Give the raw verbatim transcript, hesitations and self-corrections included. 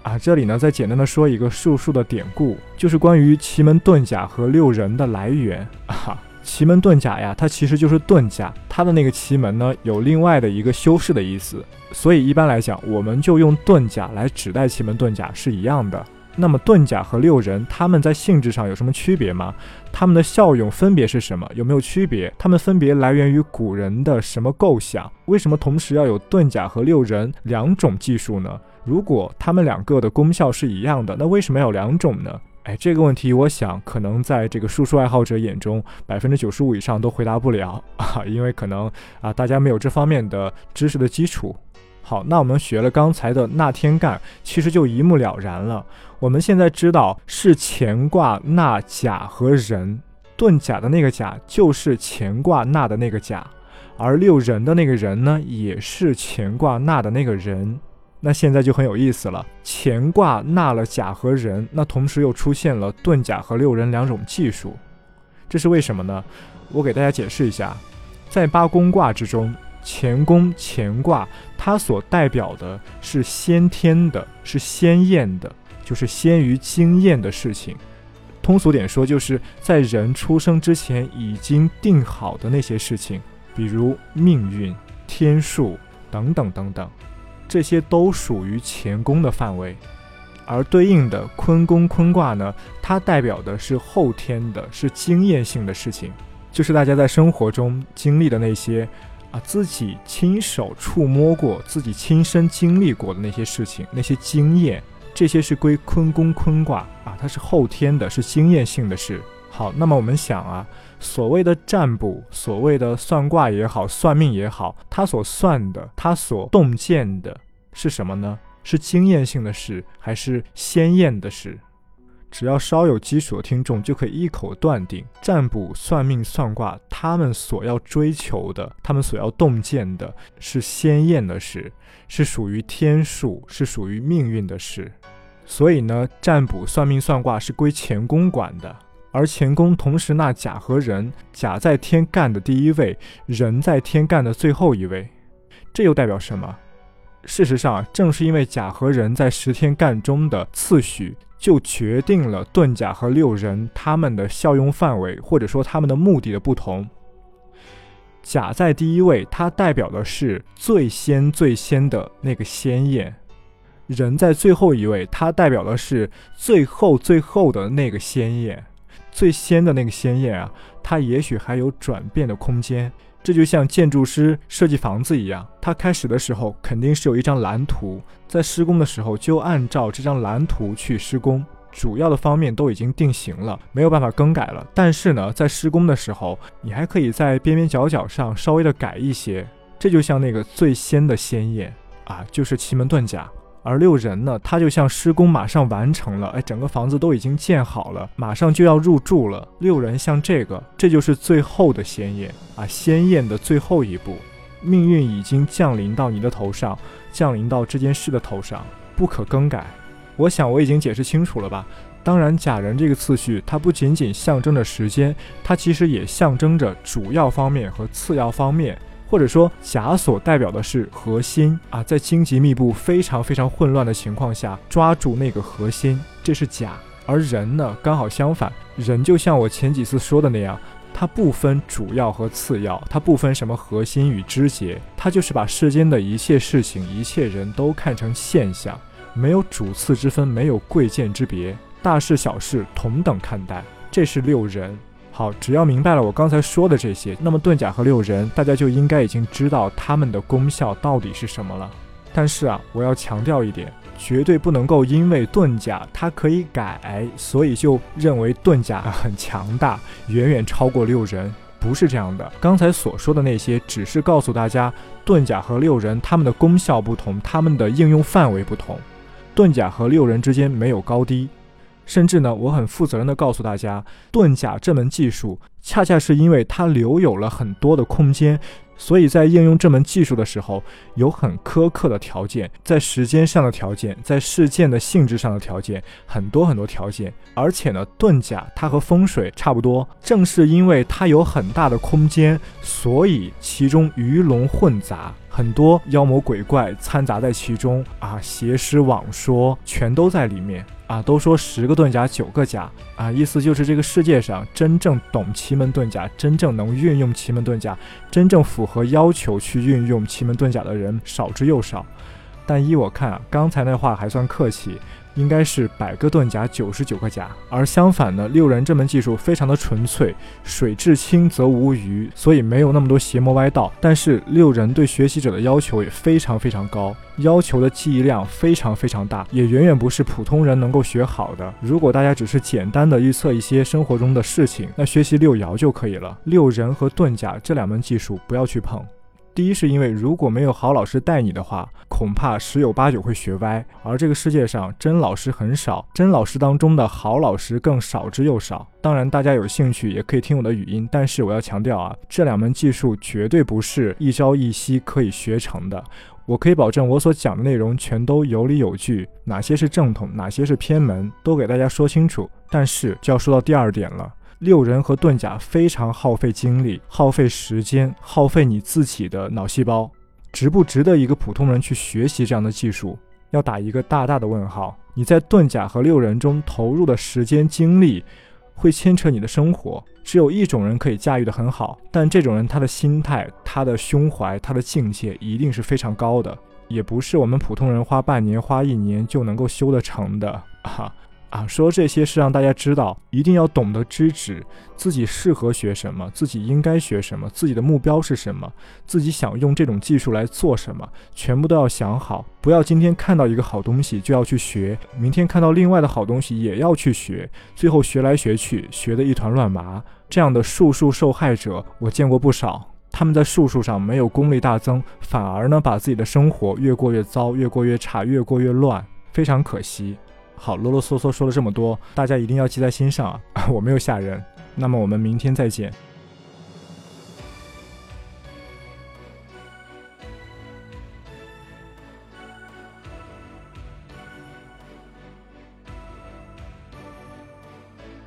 啊，这里呢再简单的说一个术数的典故，就是关于奇门遁甲和六人的来源啊。奇门遁甲呀，它其实就是遁甲，它的那个奇门呢有另外的一个修饰的意思，所以一般来讲，我们就用遁甲来指代奇门遁甲是一样的。那么遁甲和六人，它们在性质上有什么区别吗？它们的效用分别是什么？有没有区别？它们分别来源于古人的什么构想？为什么同时要有遁甲和六人两种技术呢？如果它们两个的功效是一样的，那为什么要有两种呢？哎，这个问题我想可能在这个术数爱好者眼中 百分之九十五 以上都回答不了啊，因为可能啊大家没有这方面的知识的基础。好，那我们学了刚才的纳天干，其实就一目了然了。我们现在知道是乾卦纳甲和人，遁甲的那个甲就是乾卦纳的那个甲，而六人的那个人呢，也是乾卦纳的那个人。那现在就很有意思了，乾卦纳了甲和人，那同时又出现了遁甲和六人两种技术，这是为什么呢？我给大家解释一下，在八宫卦之中，乾宫乾卦它所代表的是先天的，是先验的，就是先于经验的事情。通俗点说，就是在人出生之前已经定好的那些事情，比如命运、天数等等等等，这些都属于乾宫的范围。而对应的坤宫坤卦呢，它代表的是后天的，是经验性的事情，就是大家在生活中经历的那些啊，自己亲手触摸过、自己亲身经历过的那些事情，那些经验，这些是归坤宫坤卦啊，它是后天的，是经验性的事。好，那么我们想啊，所谓的占卜，所谓的算卦也好，算命也好，它所算的，它所洞见的是什么呢？是经验性的事，还是先验的事？只要稍有基础的听众就可以一口断定，占卜、算命、算卦，他们所要追求的，他们所要洞见的是先验的事，是属于天数，是属于命运的事。所以呢，占卜、算命、算卦是归乾宫管的。而乾宫同时纳甲和人，甲在天干的第一位，人在天干的最后一位，这又代表什么？事实上，正是因为甲和人在十天干中的次序，就决定了遁甲和六人他们的效用范围，或者说他们的目的的不同。甲在第一位，它代表的是最先最先的那个先验；人在最后一位，它代表的是最后最后的那个先验。最先的那个先验啊，它也许还有转变的空间。这就像建筑师设计房子一样，他开始的时候肯定是有一张蓝图，在施工的时候就按照这张蓝图去施工，主要的方面都已经定型了，没有办法更改了。但是呢，在施工的时候，你还可以在边边角角上稍微的改一些。这就像那个最先的先验啊，就是奇门遁甲。而六人呢，它就像施工马上完成了，哎，整个房子都已经建好了，马上就要入住了。六人像这个，这就是最后的先验啊，先验的最后一步，命运已经降临到你的头上，降临到这件事的头上，不可更改。我想我已经解释清楚了吧？当然，甲人这个次序，它不仅仅象征着时间，它其实也象征着主要方面和次要方面。或者说甲所代表的是核心啊，在荆棘密布非常非常混乱的情况下抓住那个核心，这是甲。而人呢，刚好相反，人就像我前几次说的那样，它不分主要和次要，它不分什么核心与枝节，它就是把世间的一切事情一切人都看成现象，没有主次之分，没有贵贱之别，大事小事同等看待，这是六人。好，只要明白了我刚才说的这些，那么遁甲和六人大家就应该已经知道他们的功效到底是什么了。但是啊，我要强调一点，绝对不能够因为遁甲它可以改，所以就认为遁甲很强大，远远超过六人。不是这样的，刚才所说的那些只是告诉大家遁甲和六人他们的功效不同，他们的应用范围不同，遁甲和六人之间没有高低。甚至呢，我很负责任地告诉大家，遁甲这门技术恰恰是因为它留有了很多的空间，所以在应用这门技术的时候有很苛刻的条件，在时间上的条件，在事件的性质上的条件，很多很多条件。而且呢，遁甲它和风水差不多，正是因为它有很大的空间，所以其中鱼龙混杂，很多妖魔鬼怪掺杂在其中啊，邪师妄说全都在里面啊。都说十个遁甲九个甲啊，意思就是这个世界上真正懂奇门遁甲，真正能运用奇门遁甲，真正符合要求去运用奇门遁甲的人少之又少。但依我看啊，刚才那话还算客气，应该是百个遁甲九十九个甲。而相反呢，六人这门技术非常的纯粹，水至清则无鱼，所以没有那么多邪魔歪道。但是六人对学习者的要求也非常非常高，要求的记忆量非常非常大，也远远不是普通人能够学好的。如果大家只是简单的预测一些生活中的事情，那学习六爻就可以了。六人和遁甲这两门技术不要去碰。第一是因为如果没有好老师带你的话，恐怕十有八九会学歪，而这个世界上真老师很少，真老师当中的好老师更少之又少。当然大家有兴趣也可以听我的语音，但是我要强调啊，这两门技术绝对不是一朝一夕可以学成的。我可以保证我所讲的内容全都有理有据，哪些是正统，哪些是偏门，都给大家说清楚。但是就要说到第二点了，六人和遁甲非常耗费精力，耗费时间，耗费你自己的脑细胞，值不值得一个普通人去学习这样的技术？要打一个大大的问号。你在遁甲和六人中投入的时间精力会牵扯你的生活，只有一种人可以驾驭得很好，但这种人他的心态，他的胸怀，他的境界一定是非常高的，也不是我们普通人花半年花一年就能够修得成的啊。啊，说这些是让大家知道，一定要懂得知止，自己适合学什么，自己应该学什么，自己的目标是什么，自己想用这种技术来做什么，全部都要想好。不要今天看到一个好东西就要去学，明天看到另外的好东西也要去学，最后学来学去，学得一团乱麻。这样的术数受害者我见过不少，他们在术数上没有功力大增，反而呢把自己的生活越过越糟，越过越差，越过越乱，非常可惜。好，啰啰嗦嗦说了这么多，大家一定要记在心上啊！我没有吓人。那么我们明天再见。